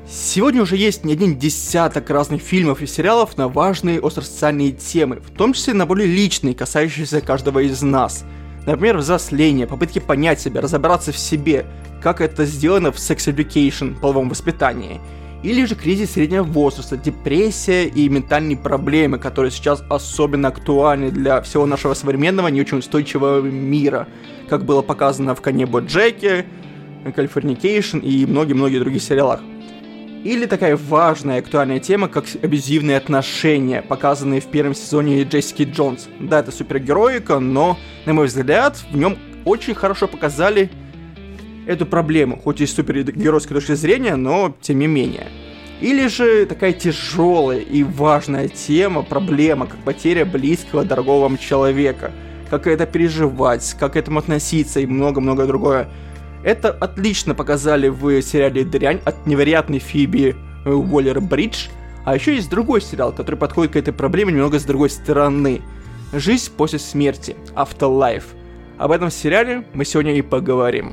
Сегодня уже есть не один десяток разных фильмов и сериалов на важные остросоциальные темы, в том числе на более личные, касающиеся каждого из нас. Например, взросление, попытки понять себя, разобраться в себе, как это сделано в Sex Education, половом воспитании. Или же кризис среднего возраста, депрессия и ментальные проблемы, которые сейчас особенно актуальны для всего нашего современного, не очень устойчивого мира, как было показано в «Коне Боджеке», «Californication» и многие-многие других сериалах. Или такая важная актуальная тема, как абьюзивные отношения, показанные в первом сезоне Джессики Джонс. Да, это супергероика, но, на мой взгляд, в нем очень хорошо показали эту проблему, хоть и с супергеройской точки зрения, но тем не менее. Или же такая тяжелая и важная тема, проблема, как потеря близкого, дорогого вам человека. Как это переживать, как к этому относиться и много-много другое. Это отлично показали в сериале «Дрянь» от невероятной Фиби Уоллер-Бридж. А еще есть другой сериал, который подходит к этой проблеме немного с другой стороны. «Жизнь после смерти», Afterlife. Об этом сериале мы сегодня и поговорим.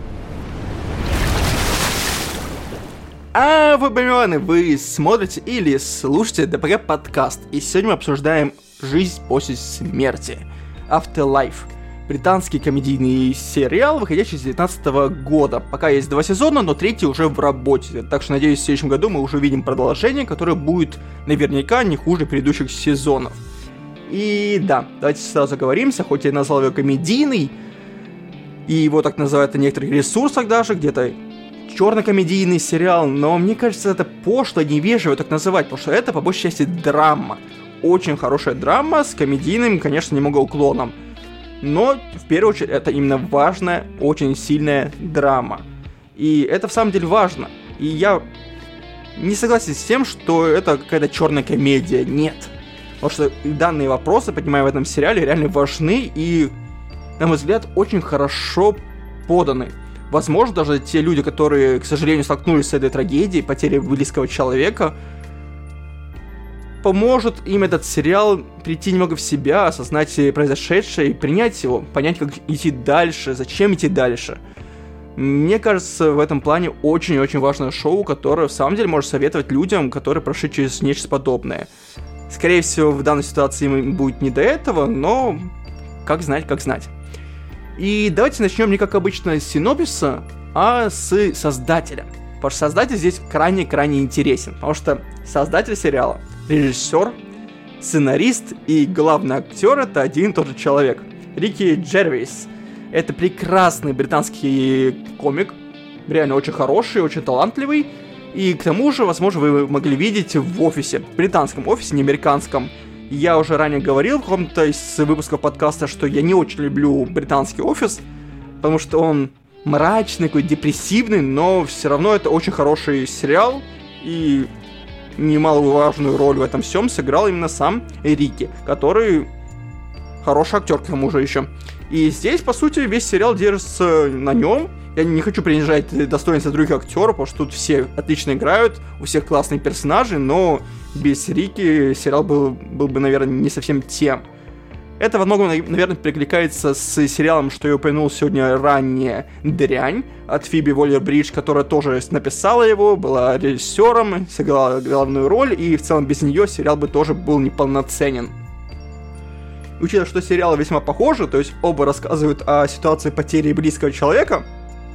А вы смотрите или слушаете ДПГ подкаст, и сегодня мы обсуждаем «Жизнь после смерти», Afterlife. Британский комедийный сериал, выходящий с 2019 года. Пока есть 2 сезона, но 3 уже в работе. Так что, надеюсь, в следующем году мы уже увидим продолжение, которое будет наверняка не хуже предыдущих сезонов. И да, давайте сразу оговоримся, хоть я назвал его комедийный, и его так называют на некоторых ресурсах даже, где-то черно-комедийный сериал, но мне кажется, это пошло, невежливо так называть, потому что это по большей части драма. Очень хорошая драма с комедийным, конечно, немного уклоном. Но, в первую очередь, это именно важная, очень сильная драма. И это в самом деле важно. И я не согласен с тем, что это какая-то черная комедия. Нет. Потому что данные вопросы, поднимая в этом сериале, реально важны и, на мой взгляд, очень хорошо поданы. Возможно, даже те люди, которые, к сожалению, столкнулись с этой трагедией, потерей близкого человека, поможет им этот сериал прийти немного в себя, осознать произошедшее и принять его, понять, как идти дальше, зачем идти дальше. Мне кажется, в этом плане очень-очень важное шоу, которое в самом деле может советовать людям, которые прошли через нечто подобное. Скорее всего, в данной ситуации им будет не до этого, но как знать, как знать. И давайте начнем не как обычно с синопсиса, а с создателя. Потому что создатель здесь крайне-крайне интересен, потому что создатель сериала, режиссер, сценарист и главный актер — это один и тот же человек. Рики Джервейс. Это прекрасный британский комик, реально очень хороший, очень талантливый. И к тому же, возможно, вы могли видеть в офисе, в британском офисе, не американском. Я уже ранее говорил в каком-то из выпусков подкаста, что я не очень люблю британский офис, потому что он мрачный, какой депрессивный, но все равно это очень хороший сериал, и немаловажную роль в этом всем сыграл именно сам Рики, который хороший актер к тому же еще. И здесь, по сути, весь сериал держится на нем. Я не хочу принижать достоинства других актеров, потому что тут все отлично играют, у всех классные персонажи, но без Рики сериал был бы, наверное, не совсем тем. Это во многом, наверное, перекликается с сериалом, что я упомянул сегодня ранее, «Дрянь» от Фиби Уоллер-Бридж, которая тоже написала его, была режиссером, сыграла главную роль, и в целом без нее сериал бы тоже был неполноценен. Учитывая, что сериалы весьма похожи, то есть оба рассказывают о ситуации потери близкого человека,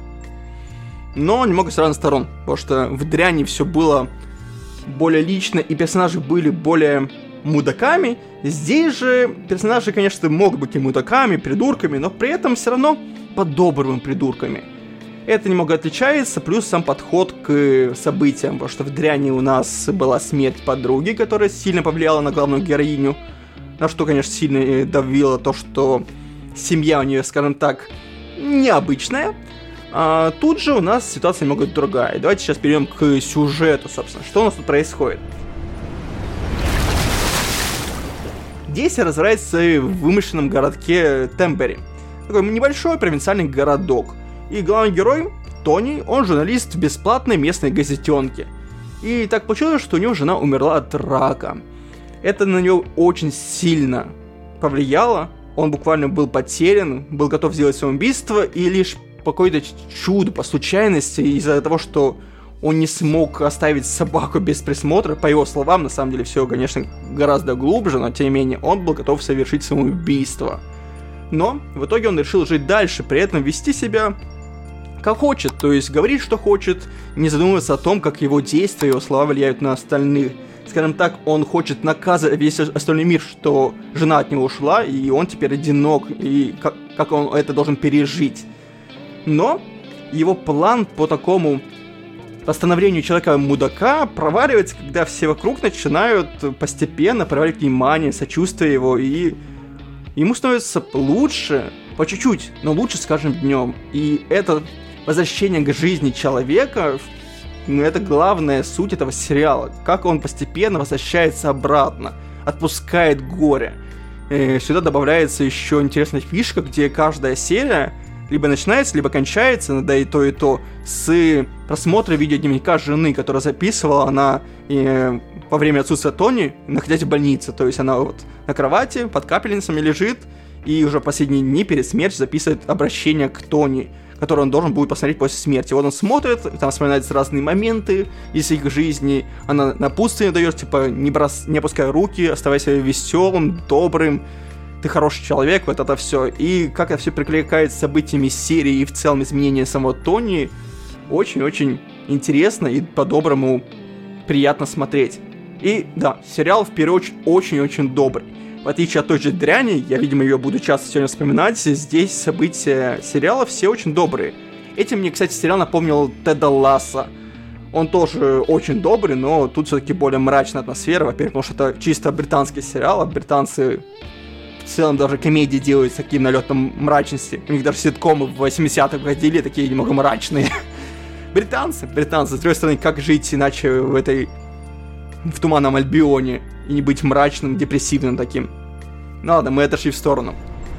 но немного с разных сторон, потому что в «Дряни» все было более лично, и персонажи были более мудаками. Здесь же персонажи, конечно, могут быть и мудаками, придурками, но при этом все равно по-добрым придурками. Это немного отличается, плюс сам подход к событиям, потому что в «Дряни» у нас была смерть подруги, которая сильно повлияла на главную героиню, на что, конечно, сильно давило то, что семья у нее, скажем так, необычная. А тут же у нас ситуация немного другая. Давайте сейчас перейдем к сюжету, собственно. Что у нас тут происходит? Действие разворачивается в вымышленном городке Тембери. Такой небольшой провинциальный городок. И главный герой, Тони, он журналист бесплатной местной газетенки. И так получилось, что у него жена умерла от рака. Это на него очень сильно повлияло. Он буквально был потерян, был готов сделать самоубийство, и лишь по какой-то чуду, по случайности, из-за того, что он не смог оставить собаку без присмотра. По его словам, на самом деле все, конечно, гораздо глубже, но тем не менее он был готов совершить самоубийство. Но в итоге он решил жить дальше, при этом вести себя как хочет, то есть говорить, что хочет, не задумываться о том, как его действия, его слова влияют на остальных. Скажем так, он хочет наказывать весь остальной мир, что жена от него ушла, и он теперь одинок, и как он это должен пережить. Но его план по такому восстановлению человека-мудака проваливается, когда все вокруг начинают постепенно проявлять внимание, сочувствие его, и ему становится лучше, по чуть-чуть, но лучше с каждым днем. И это возвращение к жизни человека, это главная суть этого сериала. Как он постепенно возвращается обратно, отпускает горе. Сюда добавляется еще интересная фишка, где каждая серия либо начинается, либо кончается, да и то, с просмотра видеодневника жены, которая записывала она во время отсутствия Тони, находясь в больнице. То есть она вот на кровати под капельницами лежит, и уже последние дни перед смертью записывает обращение к Тони, которое он должен будет посмотреть после смерти. Вот он смотрит, там вспоминаются разные моменты из их жизни, она напутствие дает, типа, не опускай руки, оставайся веселым, добрым, ты хороший человек, вот это все. И как это все прикликается с событиями серии и в целом изменения самого Тони, очень-очень интересно и по-доброму приятно смотреть. И да, сериал в первую очередь очень-очень добрый. В отличие от той же дряни, я, видимо, ее буду часто сегодня вспоминать, здесь события сериала все очень добрые. Этим мне, кстати, сериал напомнил Теда Ласса. Он тоже очень добрый, но тут все-таки более мрачная атмосфера. Во-первых, потому что это чисто британский сериал, а британцы в целом даже комедии делают с таким налетом мрачности. У них даже ситкомы в 80-х выходили такие немного мрачные. Британцы, с другой стороны, как жить иначе в туманном Альбионе и не быть мрачным, депрессивным таким. Ну ладно, мы отошли в сторону.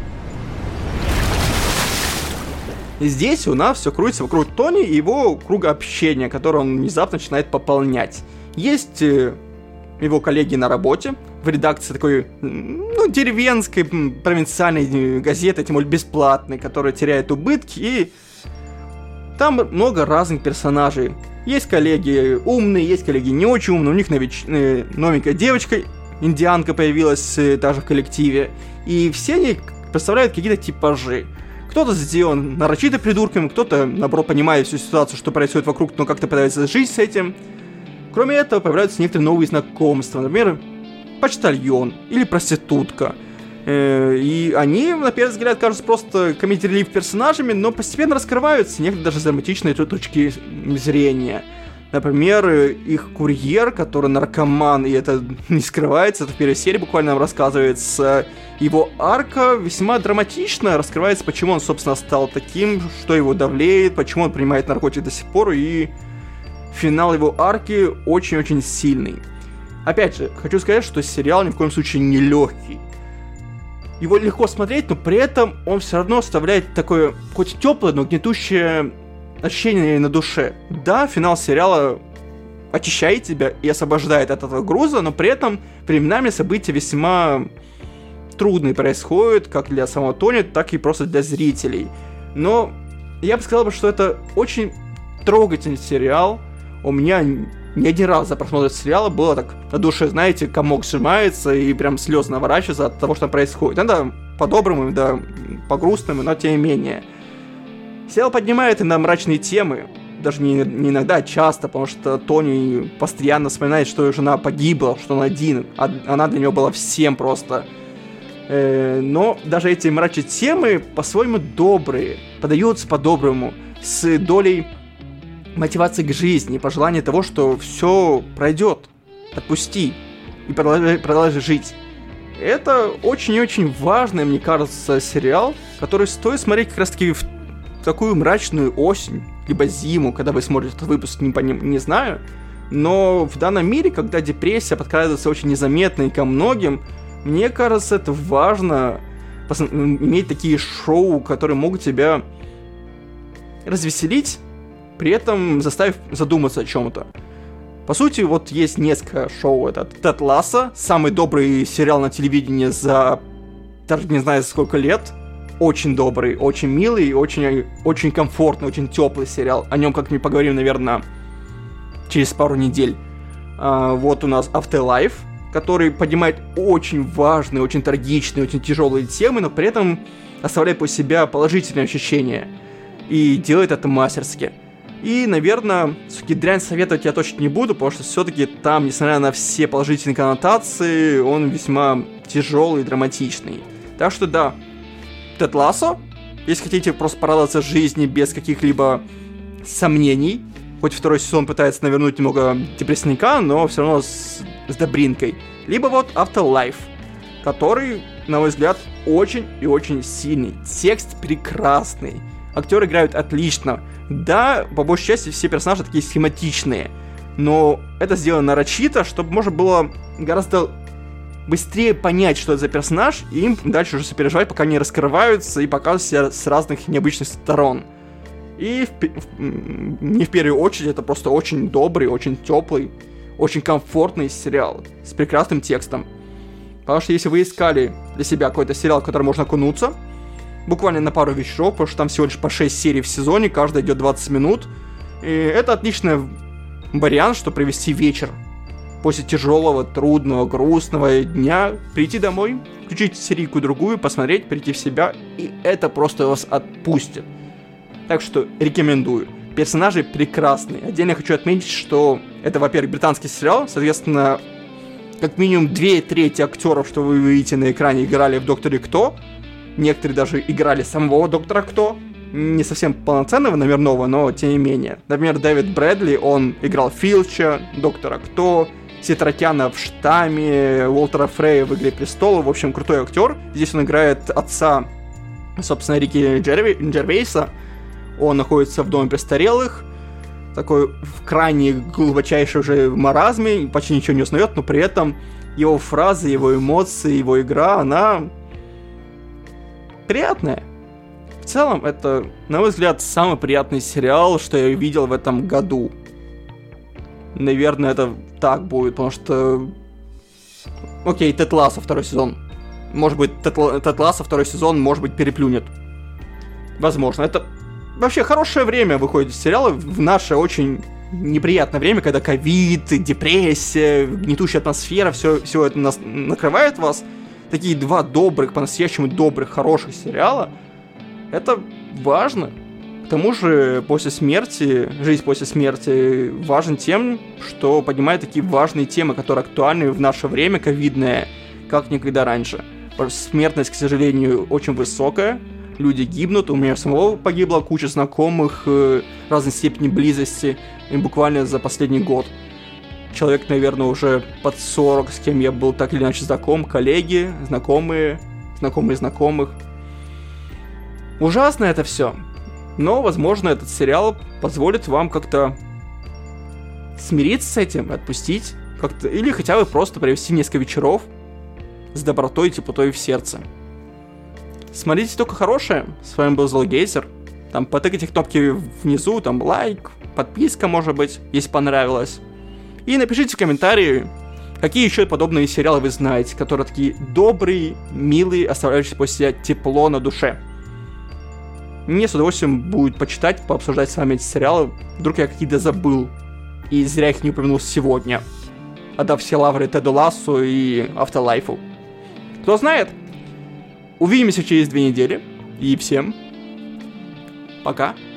И здесь у нас все крутится вокруг Тони и его круга общения, который он внезапно начинает пополнять. Есть его коллеги на работе, в редакции такой, деревенской, провинциальной газеты, тем более бесплатной, которая теряет убытки, и там много разных персонажей. Есть коллеги умные, есть коллеги не очень умные, у них новенькая девочка, индианка появилась также в коллективе, и все они представляют какие-то типажи. Кто-то сделан нарочито придурком, кто-то, наоборот, понимает всю ситуацию, что происходит вокруг, но как-то пытается жить с этим. Кроме этого, появляются некоторые новые знакомства, например, почтальон или проститутка. И они, на первый взгляд, кажутся просто комедий-релив персонажами, но постепенно раскрываются некоторые даже драматичные точки зрения. Например, их курьер, который наркоман, и это не скрывается, это в первой серии буквально нам рассказывается. Его арка весьма драматично раскрывается, почему он, собственно, стал таким, что его давлеет, почему он принимает наркотики до сих пор, и финал его арки очень-очень сильный. Опять же, хочу сказать, что сериал ни в коем случае не легкий. Его легко смотреть, но при этом он все равно оставляет такое, хоть теплое, но гнетущее ощущение на душе. Да, финал сериала очищает тебя и освобождает от этого груза, но при этом временами события весьма трудные происходят, как для самого Тони, так и просто для зрителей. Но я бы сказал, что это очень трогательный сериал. У меня не один раз за просмотр сериала было так на душе, знаете, комок сжимается и прям слезы наворачиваются от того, что происходит. Это по-доброму, да, по-грустному, но тем не менее. Сериал поднимает иногда мрачные темы, даже не иногда, а часто, потому что Тони постоянно вспоминает, что ее жена погибла, что он один, а она для него была всем просто. Но даже эти мрачные темы по-своему добрые, подаются по-доброму, с долей мотивации к жизни, пожелание того, что все пройдет, отпусти и продолжай жить. Это очень и очень важный, мне кажется, сериал, который стоит смотреть как раз таки в такую мрачную осень, либо зиму, когда вы смотрите этот выпуск, не знаю. Но в данном мире, когда депрессия подкрадывается очень незаметно и ко многим, мне кажется, это важно иметь такие шоу, которые могут тебя развеселить, при этом заставив задуматься о чем-то. По сути, вот есть несколько шоу. Это Тед Лассо, самый добрый сериал на телевидении за даже не знаю сколько лет. Очень добрый, очень милый, очень, очень комфортный, очень теплый сериал. О нем как-нибудь поговорим, наверное, через пару недель. Вот у нас Afterlife, который поднимает очень важные, очень трагичные, очень тяжелые темы, но при этом оставляет после себя положительные ощущения. И делает это мастерски. И, наверное, все-таки дрянь советовать я точно не буду, потому что все-таки там, несмотря на все положительные коннотации, он весьма тяжелый и драматичный. Так что да, Тед Лассо, если хотите просто порадоваться жизни без каких-либо сомнений, хоть второй сезон пытается навернуть немного депрессняка, но все равно с добринкой. Либо вот Afterlife, который, на мой взгляд, очень и очень сильный. Текст прекрасный. Актеры играют отлично. Да, по большей части все персонажи такие схематичные. Но это сделано нарочито, чтобы можно было гораздо быстрее понять, что это за персонаж, и им дальше уже сопереживать, пока они раскрываются и показывают себя с разных необычных сторон. И не в первую очередь, это просто очень добрый, очень теплый, очень комфортный сериал с прекрасным текстом. Потому что если вы искали для себя какой-то сериал, в который можно окунуться, буквально на пару вечеров, потому что там всего лишь по 6 серий в сезоне, каждая идет 20 минут, и это отличный вариант, чтобы провести вечер. После тяжелого, трудного, грустного дня прийти домой, включить серийку другую, посмотреть, прийти в себя, и это просто вас отпустит. Так что рекомендую. Персонажи прекрасные. Отдельно хочу отметить, что это, во-первых, британский сериал, соответственно, как минимум 2/3 актеров, что вы видите на экране, играли в Докторе Кто. Некоторые даже играли самого Доктора Кто. Не совсем полноценного номерного, но тем не менее. Например, Дэвид Брэдли, он играл Филча, Доктора Кто, Сетракяна в Штамме, Уолтера Фрея в Игре Престолов. В общем, крутой актер. Здесь он играет отца, собственно, Рики Джервейса. Он находится в доме престарелых, такой в крайне глубочайшей уже маразме, почти ничего не узнает, но при этом его фразы, его эмоции, его игра, она приятная. В целом, это, на мой взгляд, самый приятный сериал, что я видел в этом году. Наверное, это так будет, потому что... Окей, Тед Лассо второй сезон. Может быть, Тед Лассо второй сезон, может быть, переплюнет. Возможно, это... Вообще, хорошее время выходит из сериала в наше очень неприятное время, когда ковид, депрессия, гнетущая атмосфера, все это накрывает вас. Такие два добрых, по-настоящему добрых, хороших сериала. Это важно. К тому же, жизнь после смерти важен тем, что поднимает такие важные темы, которые актуальны в наше время ковидное, как никогда раньше. Смертность, к сожалению, очень высокая. Люди гибнут, у меня самого погибла куча знакомых разной степени близости, и буквально за последний год. Человек, наверное, уже под 40, с кем я был так или иначе знаком, коллеги, знакомые знакомых. Ужасно это все, но, возможно, этот сериал позволит вам как-то смириться с этим, отпустить, как-то, или хотя бы просто провести несколько вечеров с добротой и теплотой в сердце. Смотрите только хорошее. С вами был Злогейзер. Там потыкайте кнопки внизу, там лайк, подписка, может быть, если понравилось. И напишите в комментарии, какие еще подобные сериалы вы знаете, которые такие добрые, милые, оставляющие после себя тепло на душе. Мне с удовольствием будет почитать, пообсуждать с вами эти сериалы. Вдруг я какие-то забыл и зря их не упомянул сегодня, отдав все лавры Теду Лассо и Afterlife. Кто знает? Увидимся через 2 недели. И всем пока.